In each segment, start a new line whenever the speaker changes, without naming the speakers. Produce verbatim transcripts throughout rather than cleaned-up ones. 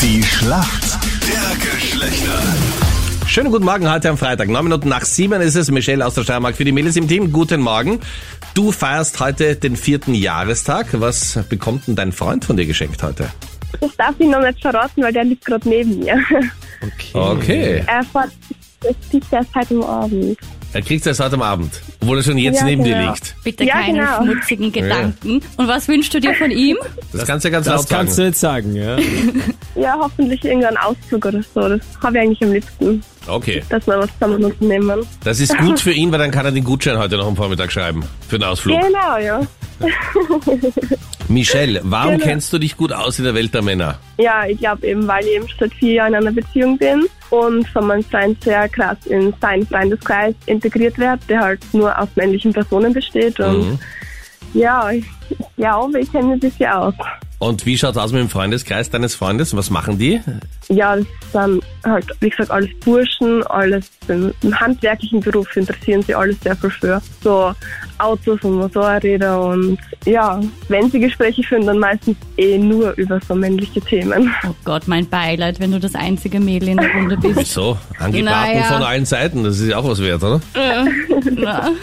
Die Schlacht der Geschlechter.
Schönen guten Morgen, heute am Freitag. Neun Minuten nach sieben ist es. Michelle aus der Steiermark für die Mädels im Team. Guten Morgen. Du feierst heute den vierten Jahrestag. Was bekommt denn dein Freund von dir geschenkt heute?
Das darf ich noch nicht verraten, weil der liegt gerade neben mir.
Okay. Okay.
Er fährt sich erst heute am Abend.
Er kriegt es heute am Abend, obwohl er schon jetzt
Ja,
neben dir
genau.
liegt.
Bitte
Ja,
keine
genau.
schmutzigen Gedanken. Und was wünschst du dir von ihm?
Das kannst du ja ganz
Das
laut sagen.
kannst du jetzt sagen, ja.
Ja, hoffentlich irgendein Auszug oder so. Das habe ich eigentlich am liebsten,
Okay.
dass wir was zusammen unternehmen.
Das ist gut für ihn, weil dann kann er den Gutschein heute noch am Vormittag schreiben. Für den Ausflug.
Genau, ja.
Michelle, warum
Genau.
kennst du dich gut aus in der Welt der Männer?
Ja, ich glaube eben, weil ich eben schon seit vier Jahren in einer Beziehung bin und von meinem Freund sehr krass in seinen Freundeskreis integriert wird, der halt nur aus männlichen Personen besteht. Und
Mhm.
ja, ich glaube, ich kenne mich ein bisschen aus.
Und wie schaut's aus mit dem Freundeskreis deines Freundes? Was machen die?
Ja, das sind halt, wie gesagt, alles Burschen, alles im, im handwerklichen Beruf interessieren sie alles sehr viel für. So Autos und Motorräder und ja, wenn sie Gespräche führen, dann meistens eh nur über so männliche Themen.
Oh Gott, mein Beileid, wenn du das einzige Mädel in der Runde bist.
Wieso? Angebraten
Naja.
von allen Seiten, das ist ja auch was wert, oder?
Na,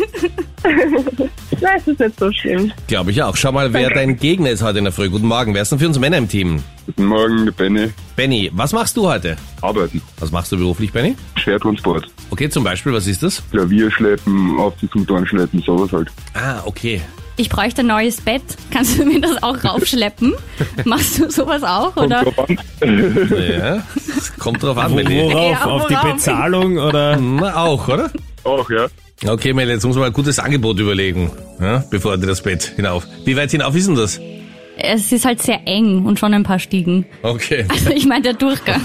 Nein, es ist nicht so schlimm.
Glaube ich auch. Schau mal, wer dein Gegner ist heute in der Früh. Guten Morgen. Wer ist denn für uns Männer im Team?
Guten Morgen, der Benny.
Benny, was machst du heute?
Arbeiten.
Was machst du beruflich, Benny?
Schwertransport.
Okay, zum Beispiel, was ist das?
Klavier schleppen, auf die Zutaten schleppen, sowas halt.
Ah, okay.
ich bräuchte ein neues Bett. Kannst du mir das auch raufschleppen? Machst du sowas auch,
Kommt
oder?
drauf an.
Ja, kommt drauf an, Benny.
Worauf?
Ja,
Auf die
worauf?
Bezahlung oder?
Na, auch, oder?
Auch, ja.
Okay, Mel, jetzt muss man mal ein gutes Angebot überlegen, ja, bevor dir das Bett hinauf. Wie weit hinauf ist denn das?
Es ist halt sehr eng und schon ein paar Stiegen.
Okay.
Also ich meine der Durchgang.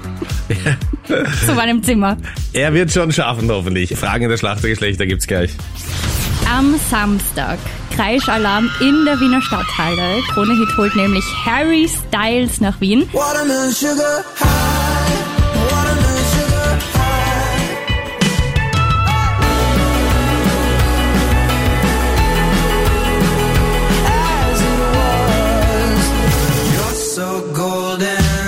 Zu meinem Zimmer.
Er wird schon schaffen, hoffentlich. Fragen in der Schlacht der Geschlechter gibt's gleich.
Am Samstag Kreischalarm in der Wiener Stadthalle. Krone Hit holt nämlich Harry Styles nach Wien.
Watermelon sugar high, watermelon sugar high. As it was, you're so golden.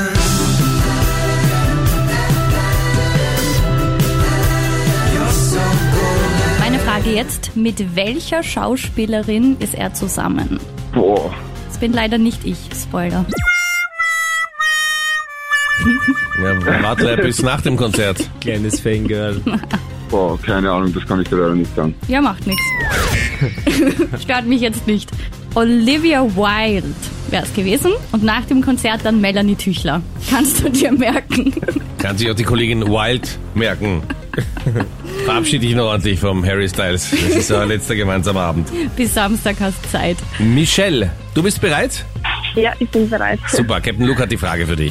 You're so golden.
Meine Frage jetzt, mit welcher Schauspielerin ist er zusammen?
Boah.
Das bin leider nicht ich, Spoiler.
Ja, warte bis nach dem Konzert.
Kleines Fangirl.
Boah, keine Ahnung, das kann ich dir leider nicht sagen.
Ja, macht nichts. Stört mich jetzt nicht. Olivia Wilde wäre es gewesen und nach dem Konzert dann Melanie Tüchler. Kannst du dir merken?
Kann sich auch die Kollegin Wild merken. Verabschiede dich noch ordentlich vom Harry Styles. Das ist ein letzter gemeinsamer Abend.
Bis Samstag hast du Zeit.
Michelle, du bist bereit?
Ja, ich bin bereit.
Super, Captain Luke hat die Frage für dich.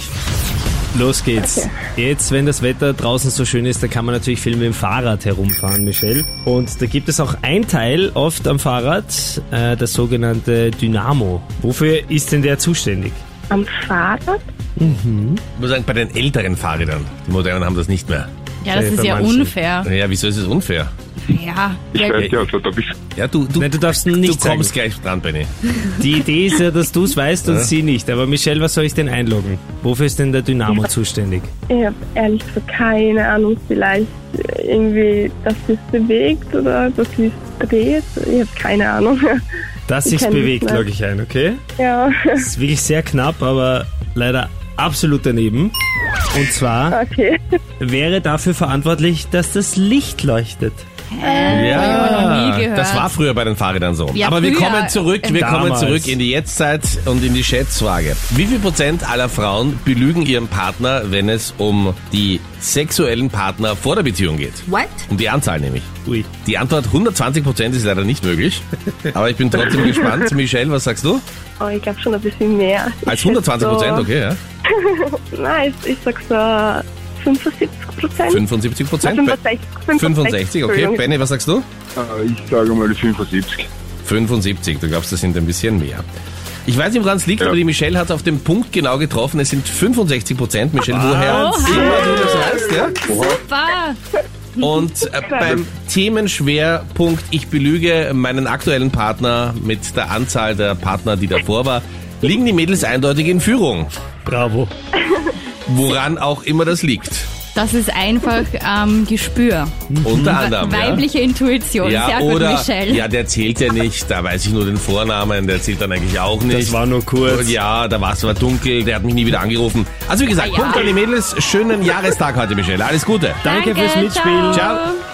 Los geht's. Jetzt, wenn das Wetter draußen so schön ist, da kann man natürlich viel mit dem Fahrrad herumfahren, Michelle. Und da gibt es auch ein Teil oft am Fahrrad, äh, das sogenannte Dynamo. Wofür ist denn der zuständig?
Am Fahrrad?
Ich muss sagen, bei den älteren Fahrrädern. Die modernen haben das nicht mehr.
Ja, das
Äh,
ist
bei
ja
manchen.
unfair.
Ja, wieso ist es unfair?
Ja,
Ich
ja,
weiß ja, da bist
Ja, du, du,
Nein, du darfst
du
nicht
kommst
sagen.
gleich dran, Benny.
Die Idee ist ja, dass du es weißt und
Ja.
sie nicht. Aber Michelle, was soll ich denn einloggen? Wofür ist denn der Dynamo zuständig?
Ich habe ehrlich gesagt keine Ahnung, vielleicht irgendwie, dass es bewegt oder dass es dreht. Ich habe keine Ahnung.
Dass
Ich
sich's
kenn das
bewegt,
nicht.
logge ich ein, okay?
Ja,
Das ist wirklich sehr knapp, aber leider absolut daneben. Und zwar
okay.
wäre dafür verantwortlich, dass das Licht leuchtet.
äh,
Ja,
hab ich aber noch nie gehört.
das war früher bei den Fahrrädern so.
Ja,
Aber wir
früher,
kommen zurück, wir
äh,
kommen
damals.
zurück in die Jetztzeit und in die Schätzfrage. Wie viel Prozent aller Frauen belügen ihren Partner, wenn es um die sexuellen Partner vor der Beziehung geht?
What?
Um die Anzahl nämlich.
Ui.
Die Antwort hundertzwanzig Prozent ist leider nicht möglich. Aber ich bin trotzdem gespannt. Michelle, was sagst du?
Oh, ich glaube schon ein bisschen mehr.
Als
Ich
hundertzwanzig Prozent,
so,
okay, ja.
Nein, ich, ich sag so fünfundsiebzig Prozent.
fünfundsiebzig Prozent?
fünfundsechzig.
fünfundsechzig, okay.
Entschuldigung.
Benny, was sagst du?
äh, ich sage mal die fünfundsiebzig.
fünfundsiebzig, du glaubst, das sind ein bisschen mehr. Ich weiß nicht, woran es liegt,
Ja.
aber die Michelle hat es auf den Punkt genau getroffen. Es sind fünfundsechzig Prozent. Michelle, woher
Oha.
immer du das weißt, ja?
Super!
Und äh, beim Themenschwerpunkt Ich belüge meinen aktuellen Partner mit der Anzahl der Partner, die davor war, liegen die Mädels eindeutig in Führung.
Bravo.
Woran auch immer das liegt.
Das ist einfach ähm, Gespür.
Unter anderem.
Weibliche Intuition.
Ja,
Sehr
ja
gut,
oder,
Michelle.
ja, der zählt ja nicht, da weiß ich nur den Vornamen, der zählt dann eigentlich auch nicht.
Das war nur kurz.
Ja, da war es aber dunkel, der hat mich nie wieder angerufen. Also wie gesagt,
Ah, ja.
Punkt an die Mädels, schönen Jahrestag heute, Michelle. Alles Gute.
Danke fürs Mitspielen.
Ciao.
Ciao.